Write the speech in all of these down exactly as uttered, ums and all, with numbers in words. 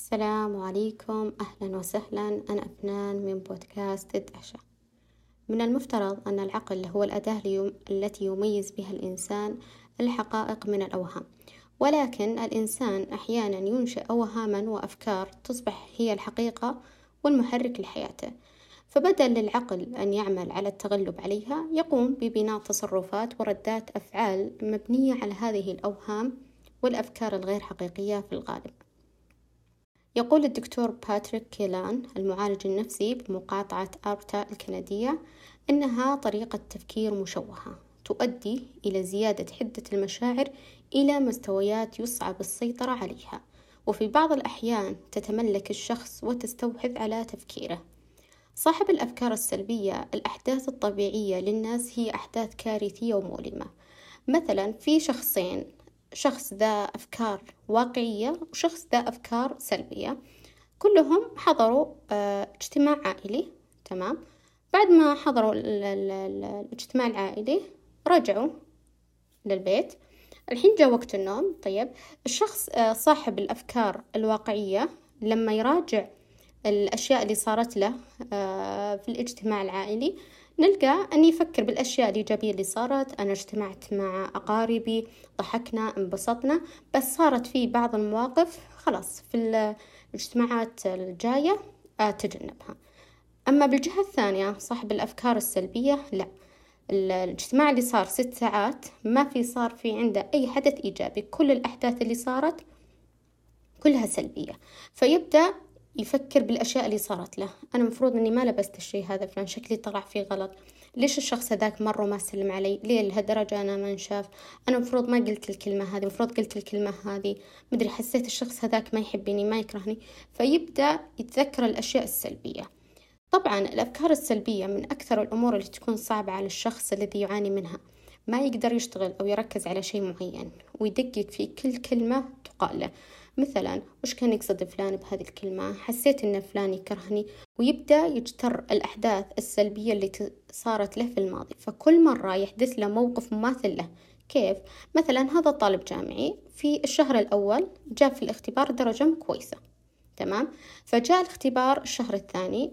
السلام عليكم، أهلا وسهلا. أنا أفنان من بودكاست الدهشة. من المفترض أن العقل هو الأداة اليوم التي يميز بها الإنسان الحقائق من الأوهام، ولكن الإنسان أحيانا ينشئ أوهاما وأفكار تصبح هي الحقيقة والمحرك لحياته. فبدل للعقل أن يعمل على التغلب عليها، يقوم ببناء تصرفات وردات أفعال مبنية على هذه الأوهام والأفكار الغير حقيقية في الغالب. يقول الدكتور باتريك كيلان المعالج النفسي بمقاطعة أرتا الكندية إنها طريقة تفكير مشوهة تؤدي إلى زيادة حدة المشاعر إلى مستويات يصعب السيطرة عليها، وفي بعض الأحيان تتملك الشخص وتستوحذ على تفكيره. صاحب الأفكار السلبية، الأحداث الطبيعية للناس هي أحداث كارثية ومؤلمة. مثلا في شخصين، شخص ذا أفكار واقعية وشخص ذا أفكار سلبية، كلهم حضروا اه اجتماع عائلي. تمام. بعد ما حضروا ال ال ال الاجتماع العائلي رجعوا للبيت. الحين جاء وقت النوم. طيب الشخص اه صاحب الأفكار الواقعية لما يراجع الأشياء اللي صارت له اه في الاجتماع العائلي، نلقى أن يفكر بالأشياء الإيجابية اللي صارت. أنا اجتمعت مع أقاربي، ضحكنا، انبسطنا، بس صارت في بعض المواقف خلاص في الاجتماعات الجاية أتجنبها. أما بالجهة الثانية صاحب الأفكار السلبية، لا، الاجتماع اللي صار ست ساعات ما في صار في عنده أي حدث إيجابي، كل الأحداث اللي صارت كلها سلبية. فيبدأ يفكر بالأشياء اللي صارت له. أنا مفروض أني ما لبست الشيء هذا، فلان شكلي طلع فيه غلط، ليش الشخص هذاك مرة ما سلم علي، ليه لهالدرجة أنا ما نشاف، أنا مفروض ما قلت الكلمة هذه، مفروض قلت الكلمة هذه، مدري حسيت الشخص هذاك ما يحبني ما يكرهني. فيبدأ يتذكر الأشياء السلبية. طبعا الأفكار السلبية من أكثر الأمور اللي تكون صعبة على الشخص الذي يعاني منها. ما يقدر يشتغل أو يركز على شيء معين ويدقق في كل كلمة تقال له. مثلا وش كان يقصد فلان بهذه الكلمة، حسيت إن فلان يكرهني، ويبدأ يجتر الأحداث السلبية اللي صارت له في الماضي. فكل مرة يحدث له موقف مماثل له. كيف؟ مثلا هذا طالب جامعي في الشهر الأول جاب في الاختبار درجة كويسة، تمام. فجاء الاختبار الشهر الثاني،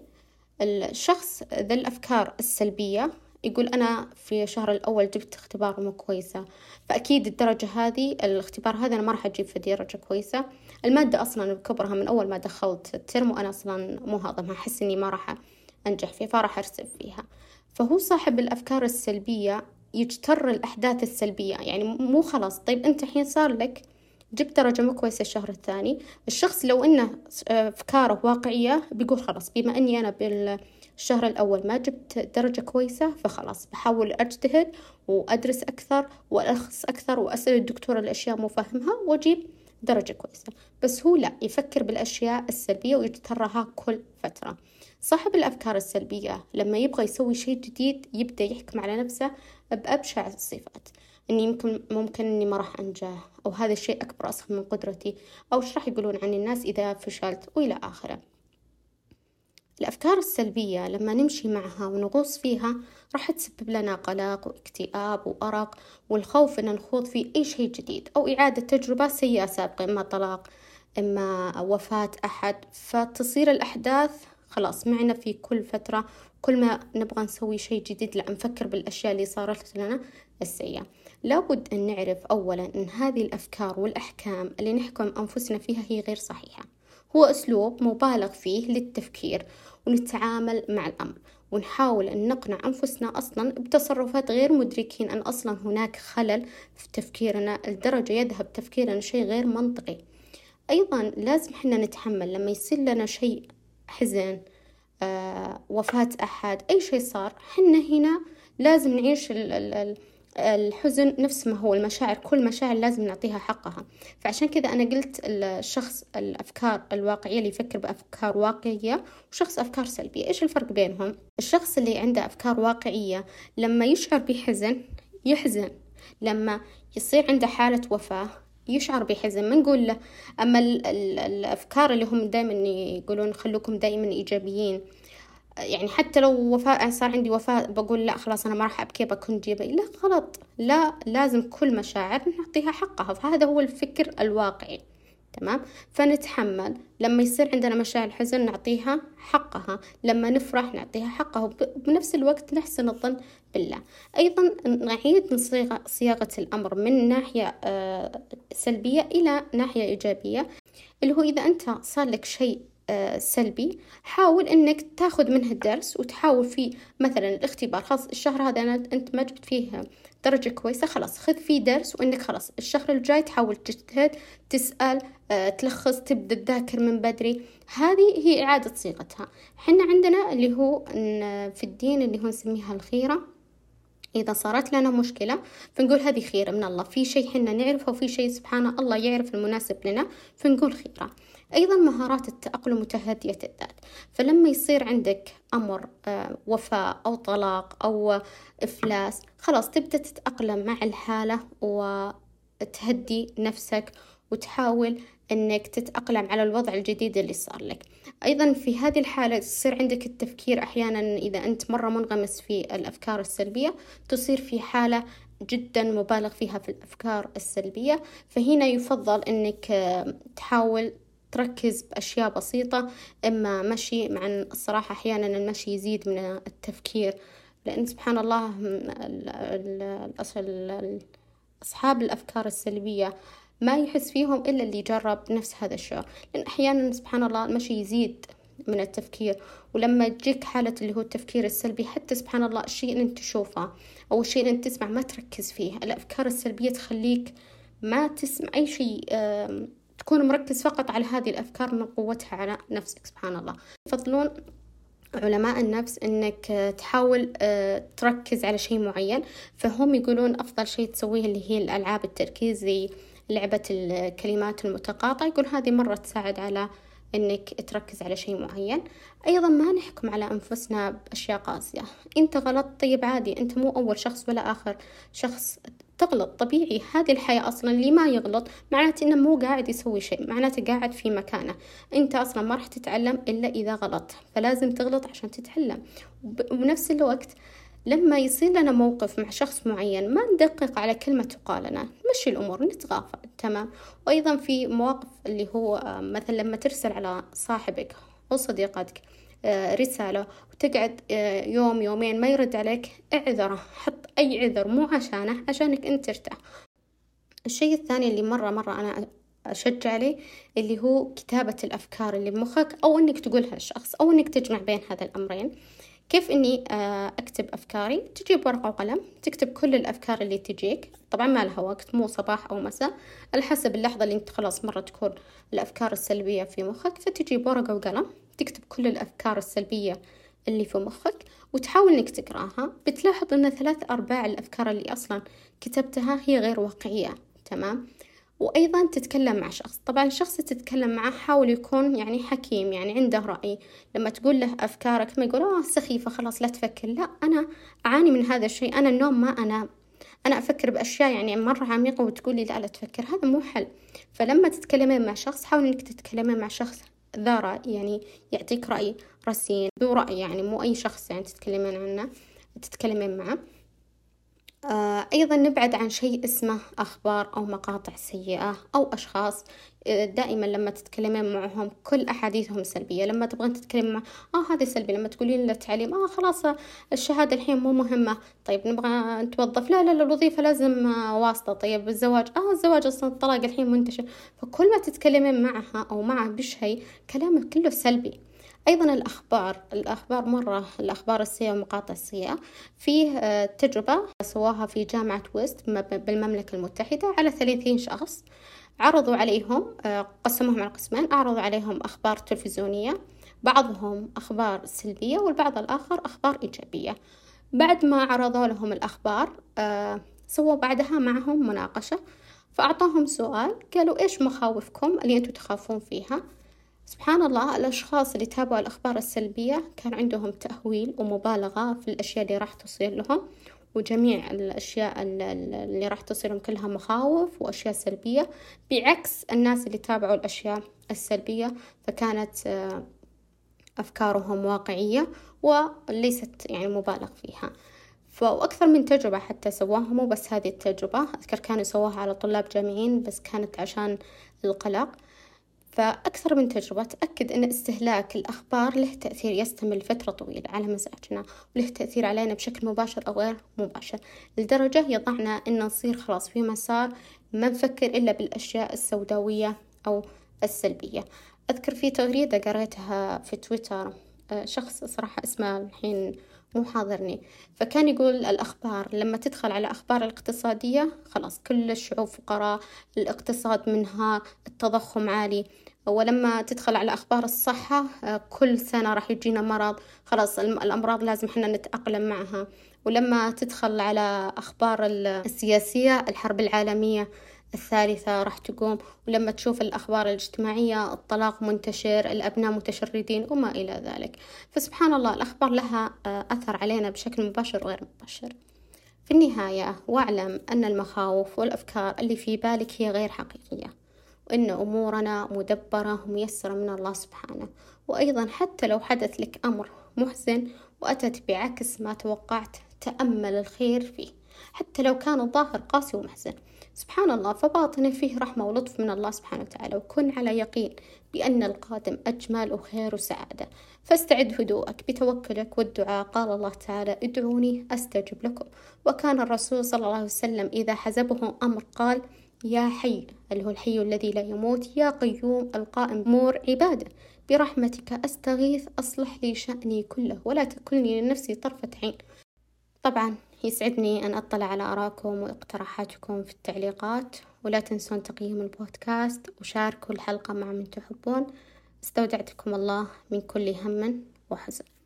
الشخص ذا الأفكار السلبية يقول أنا في الشهر الأول جبت اختبار مو كويسة، فأكيد الدرجة هذه الاختبار هذا أنا ما راح أجيب في درجة كويسة. المادة أصلا بكبرها من أول ما دخلت الترم وأنا أصلا مو هضمها، أحس إني ما راح أنجح فيها فراح أرسب فيها. فهو صاحب الأفكار السلبية يجتر الأحداث السلبية. يعني مو خلاص، طيب أنت حين صار لك جبت درجة مو كويسة الشهر الثاني، الشخص لو إنه أفكاره واقعية بيقول خلاص بما إني أنا بالشهر الأول ما جبت درجة كويسة فخلاص بحاول أجتهد وأدرس أكثر وألخص أكثر وأسأل الدكتور الأشياء مو فاهمها وأجيب درجة كويسة. بس هو لا، يفكر بالأشياء السلبية ويجترها كل فترة. صاحب الأفكار السلبية لما يبغى يسوي شيء جديد يبدأ يحكم على نفسه بأبشع الصفات، إني يمكن ممكن إني ما راح أنجح، أو هذا الشيء أكبر أصلا من قدرتي، أو إيش راح يقولون عن الناس إذا فشلت، وإلى آخره. الأفكار السلبية لما نمشي معها ونغوص فيها راح تسبب لنا قلق واكتئاب وأرق والخوف إن نخوض في أي شيء جديد، أو إعادة تجربة سيئة سابقة، إما طلاق إما وفاة أحد. فتصير الأحداث خلاص معنا في كل فترة. كل ما نبغى نسوي شيء جديد لا نفكر بالأشياء اللي صارت لنا السيئة. لابد أن نعرف أولا أن هذه الأفكار والأحكام اللي نحكم أنفسنا فيها هي غير صحيحة، هو أسلوب مبالغ فيه للتفكير ونتعامل مع الأمر، ونحاول أن نقنع أنفسنا أصلا بتصرفات غير مدركين أن أصلا هناك خلل في تفكيرنا لدرجة يذهب تفكيرنا شيء غير منطقي. أيضا لازم حنا نتحمل لما يصير لنا شيء حزن، آه، وفاة أحد، أي شيء صار، حنا هنا لازم نعيش ال ال الحزن نفس ما هو المشاعر، كل مشاعر لازم نعطيها حقها. فعشان كذا أنا قلت الشخص الأفكار الواقعية اللي يفكر بأفكار واقعية وشخص أفكار سلبية. إيش الفرق بينهم؟ الشخص اللي عنده أفكار واقعية لما يشعر بحزن يحزن، لما يصير عنده حالة وفاة يشعر بحزن ما نقول له. أما ال ال الأفكار اللي هم دائما يقولون خلوكم دائما إيجابيين، يعني حتى لو وفاة صار عندي وفاة بقول لا خلاص أنا ما راح أبكي بكون جيبي، لا غلط، لا لازم كل مشاعر نعطيها حقها. فهذا هو الفكر الواقعي. تمام. فنتحمل، لما يصير عندنا مشاعر حزن نعطيها حقها، لما نفرح نعطيها حقها، وبنفس الوقت نحسن الظن بالله. أيضا نعيد من صيغة صياغة الأمر من ناحية آه سلبية إلى ناحية إيجابية، اللي هو إذا أنت صار لك شيء آه سلبي، حاول إنك تاخذ منه الدرس وتحاول فيه. مثلا الاختبار، خلاص الشهر هذا أنا أنت ما جبت فيه درجة كويسة، خلاص خذ فيه درس، وإنك خلاص الشهر الجاي تحاول تجتهد، تسأل، آه تلخص، تبدأ تذاكر من بدري. هذه هي إعادة صيغتها. حنا عندنا اللي هو في الدين اللي هو نسميها الخيرة. إذا صارت لنا مشكلة فنقول هذه خيرة من الله، في شيء حنا نعرفه وفي شيء سبحان الله يعرف المناسب لنا، فنقول خيرة. أيضا مهارات التأقلم وتهدئة الذات. فلما يصير عندك أمر آه وفاة أو طلاق أو إفلاس، خلاص تبدأ تتأقلم مع الحالة وتهدي نفسك وتحاول أنك تتأقلم على الوضع الجديد اللي صار لك. أيضا في هذه الحالة يصير عندك التفكير أحيانا، إذا أنت مرة منغمس في الأفكار السلبية تصير في حالة جدا مبالغ فيها في الأفكار السلبية. فهنا يفضل أنك تحاول تركز بأشياء بسيطة، إما مشي، مع الصراحة أحيانا المشي يزيد من التفكير، لأن سبحان الله أصحاب الأفكار السلبية ما يحس فيهم إلا اللي جرب نفس هذا الشعور. لأن أحيانا سبحان الله المشي يزيد من التفكير، ولما تجيك حالة اللي هو التفكير السلبي، حتى سبحان الله الشيء اللي أنت تشوفه أو الشيء اللي أنت تسمع ما تركز فيه. الأفكار السلبية تخليك ما تسمع أي شيء، تكون مركز فقط على هذه الأفكار من قوتها على نفسك. سبحان الله. يفضلون علماء النفس أنك تحاول تركز على شيء معين، فهم يقولون أفضل شيء تسويه اللي هي الألعاب التركيز، زي لعبة الكلمات المتقاطعة. يقول هذه مرة تساعد على أنك تركز على شيء معين. أيضا ما نحكم على أنفسنا بأشياء قاسية. أنت غلط، طيب عادي، أنت مو أول شخص ولا آخر شخص تغلط، طبيعي. هذه الحياة أصلا اللي ما يغلط معناته إنه مو قاعد يسوي شيء، معناته قاعد في مكانه. أنت أصلا ما راح تتعلم إلا إذا غلط، فلازم تغلط عشان تتعلم. وبنفس الوقت لما يصير لنا موقف مع شخص معين ما ندقق على كلمة تقال لنا، نمشي الأمور، نتغافل، تمام. وأيضا في مواقف اللي هو مثلا لما ترسل على صاحبك أو صديقتك رسالة وتقعد يوم يومين ما يرد عليك، اعذره، حط أي عذر مو عشانه، عشانك أنت ترتاح. الشيء الثاني اللي مرة مرة أنا أشجع عليه اللي هو كتابة الأفكار اللي بمخك، أو أنك تقولها للشخص، أو أنك تجمع بين هذا الأمرين. كيف إني أكتب أفكاري؟ تجيب ورقة وقلم، تكتب كل الأفكار اللي تجيك. طبعا ما لها وقت، مو صباح أو مساء، على حسب اللحظة اللي أنت خلاص مرة تكون الأفكار السلبية في مخك، فتجيب ورقة وقلم تكتب كل الأفكار السلبية اللي في مخك وتحاول إنك تقراها. بتلاحظ إن ثلاث أرباع الأفكار اللي أصلا كتبتها هي غير واقعية، تمام. وأيضا تتكلم مع شخص. طبعا الشخص تتكلم معه حاول يكون يعني حكيم، يعني عنده رأي. لما تقول له أفكارك ما يقول آه سخيفة خلاص لا تفكر، لا، أنا أعاني من هذا الشيء، أنا النوم ما أنام، أنا أفكر بأشياء يعني مرة عميقة، وتقولي لا لا تفكر، هذا مو حل. فلما تتكلمين مع شخص حاول إنك تتكلمين مع شخص ذا رأي، يعني يعطيك رأي رصين، ذو رأي، يعني مو أي شخص يعني تتكلمين عنه تتكلمين معه. آه أيضا نبعد عن شيء اسمه أخبار أو مقاطع سيئة أو أشخاص دائما لما تتكلمين معهم كل أحاديثهم سلبية. لما تبغين تتكلمين مع آه هذا سلبي، لما تقولين له تعليم آه خلاص الشهادة الحين مو مهمة، طيب نبغى نتوظف، لا لا لا الوظيفة لازم آه واسطة، طيب الزواج آه الزواج أصلا الطلاق الحين منتشر. فكل ما تتكلمين معها أو معه بشيء كلامك كله سلبي. أيضا الأخبار الأخبار مرة الأخبار السيئة والمقاطع السيئة. فيه تجربة سواها في جامعة ويست بالمملكة المتحدة على ثلاثين شخص، عرضوا عليهم، قسموهم على قسمين، عرضوا عليهم أخبار تلفزيونية، بعضهم أخبار سلبية والبعض الآخر أخبار إيجابية. بعد ما عرضوا لهم الأخبار سووا بعدها معهم مناقشة، فأعطاهم سؤال، قالوا إيش مخاوفكم اللي أنتم تخافون فيها. سبحان الله الأشخاص اللي تابعوا الأخبار السلبية كان عندهم تأويل ومبالغة في الأشياء اللي راح تصير لهم، وجميع الأشياء اللي راح تصير لهم كلها مخاوف وأشياء سلبية، بعكس الناس اللي تابعوا الأشياء السلبية فكانت أفكارهم واقعية وليست يعني مبالغ فيها. فأكثر من تجربة حتى سواها، مو بس هذه التجربة، أذكر كانوا سواها على طلاب جامعيين بس كانت عشان القلق. فأكثر من تجربة تأكد أن استهلاك الأخبار له تأثير يستمر لفترة طويلة على مزاجنا، وله تأثير علينا بشكل مباشر أو غير مباشر، لدرجة يضعنا أن نصير خلاص في مسار ما نفكر إلا بالأشياء السوداوية أو السلبية. أذكر في تغريدة قريتها في تويتر، آه، شخص صراحة اسمه الحين مو حاضرني، فكان يقول الأخبار لما تدخل على أخبار الاقتصادية خلاص كل الشعوب فقراء، الاقتصاد منهار، التضخم عالي. ولما تدخل على أخبار الصحة آه، كل سنة راح يجينا مرض، خلاص الم- الأمراض لازم حنا نتأقلم معها. ولما تدخل على أخبار ال- السياسية، الحرب العالمية الثالثة راح تقوم. ولما تشوف الأخبار الاجتماعية، الطلاق منتشر، الأبناء متشردين وما إلى ذلك. فسبحان الله الأخبار لها آه، أثر علينا بشكل مباشر وغير مباشر. في النهاية واعلم أن المخاوف والأفكار اللي في بالك هي غير حقيقية، وإن أمورنا مدبرة وميسرة من الله سبحانه. وأيضا حتى لو حدث لك أمر محزن وأتت بعكس ما توقعت، تأمل الخير فيه حتى لو كان الظاهر قاسي ومحزن. سبحان الله، فباطنه فيه رحمة ولطف من الله سبحانه وتعالى. وكن على يقين بأن القادم أجمل وخير وسعادة. فاستعد هدوءك بتوكلك والدعاء. قال الله تعالى: ادعوني أستجب لكم. وكان الرسول صلى الله عليه وسلم إذا حزبه أمر قال: يا حي، اللي هو الحي الذي لا يموت، يا قيوم القائم بأمور عباده، برحمتك أستغيث أصلح لي شأني كله ولا تكلني لنفسي طرفة عين. طبعا يسعدني أن أطلع على آراءكم واقتراحاتكم في التعليقات، ولا تنسون تقييم البودكاست وشاركوا الحلقة مع من تحبون. استودعتكم الله من كل هم وحزن.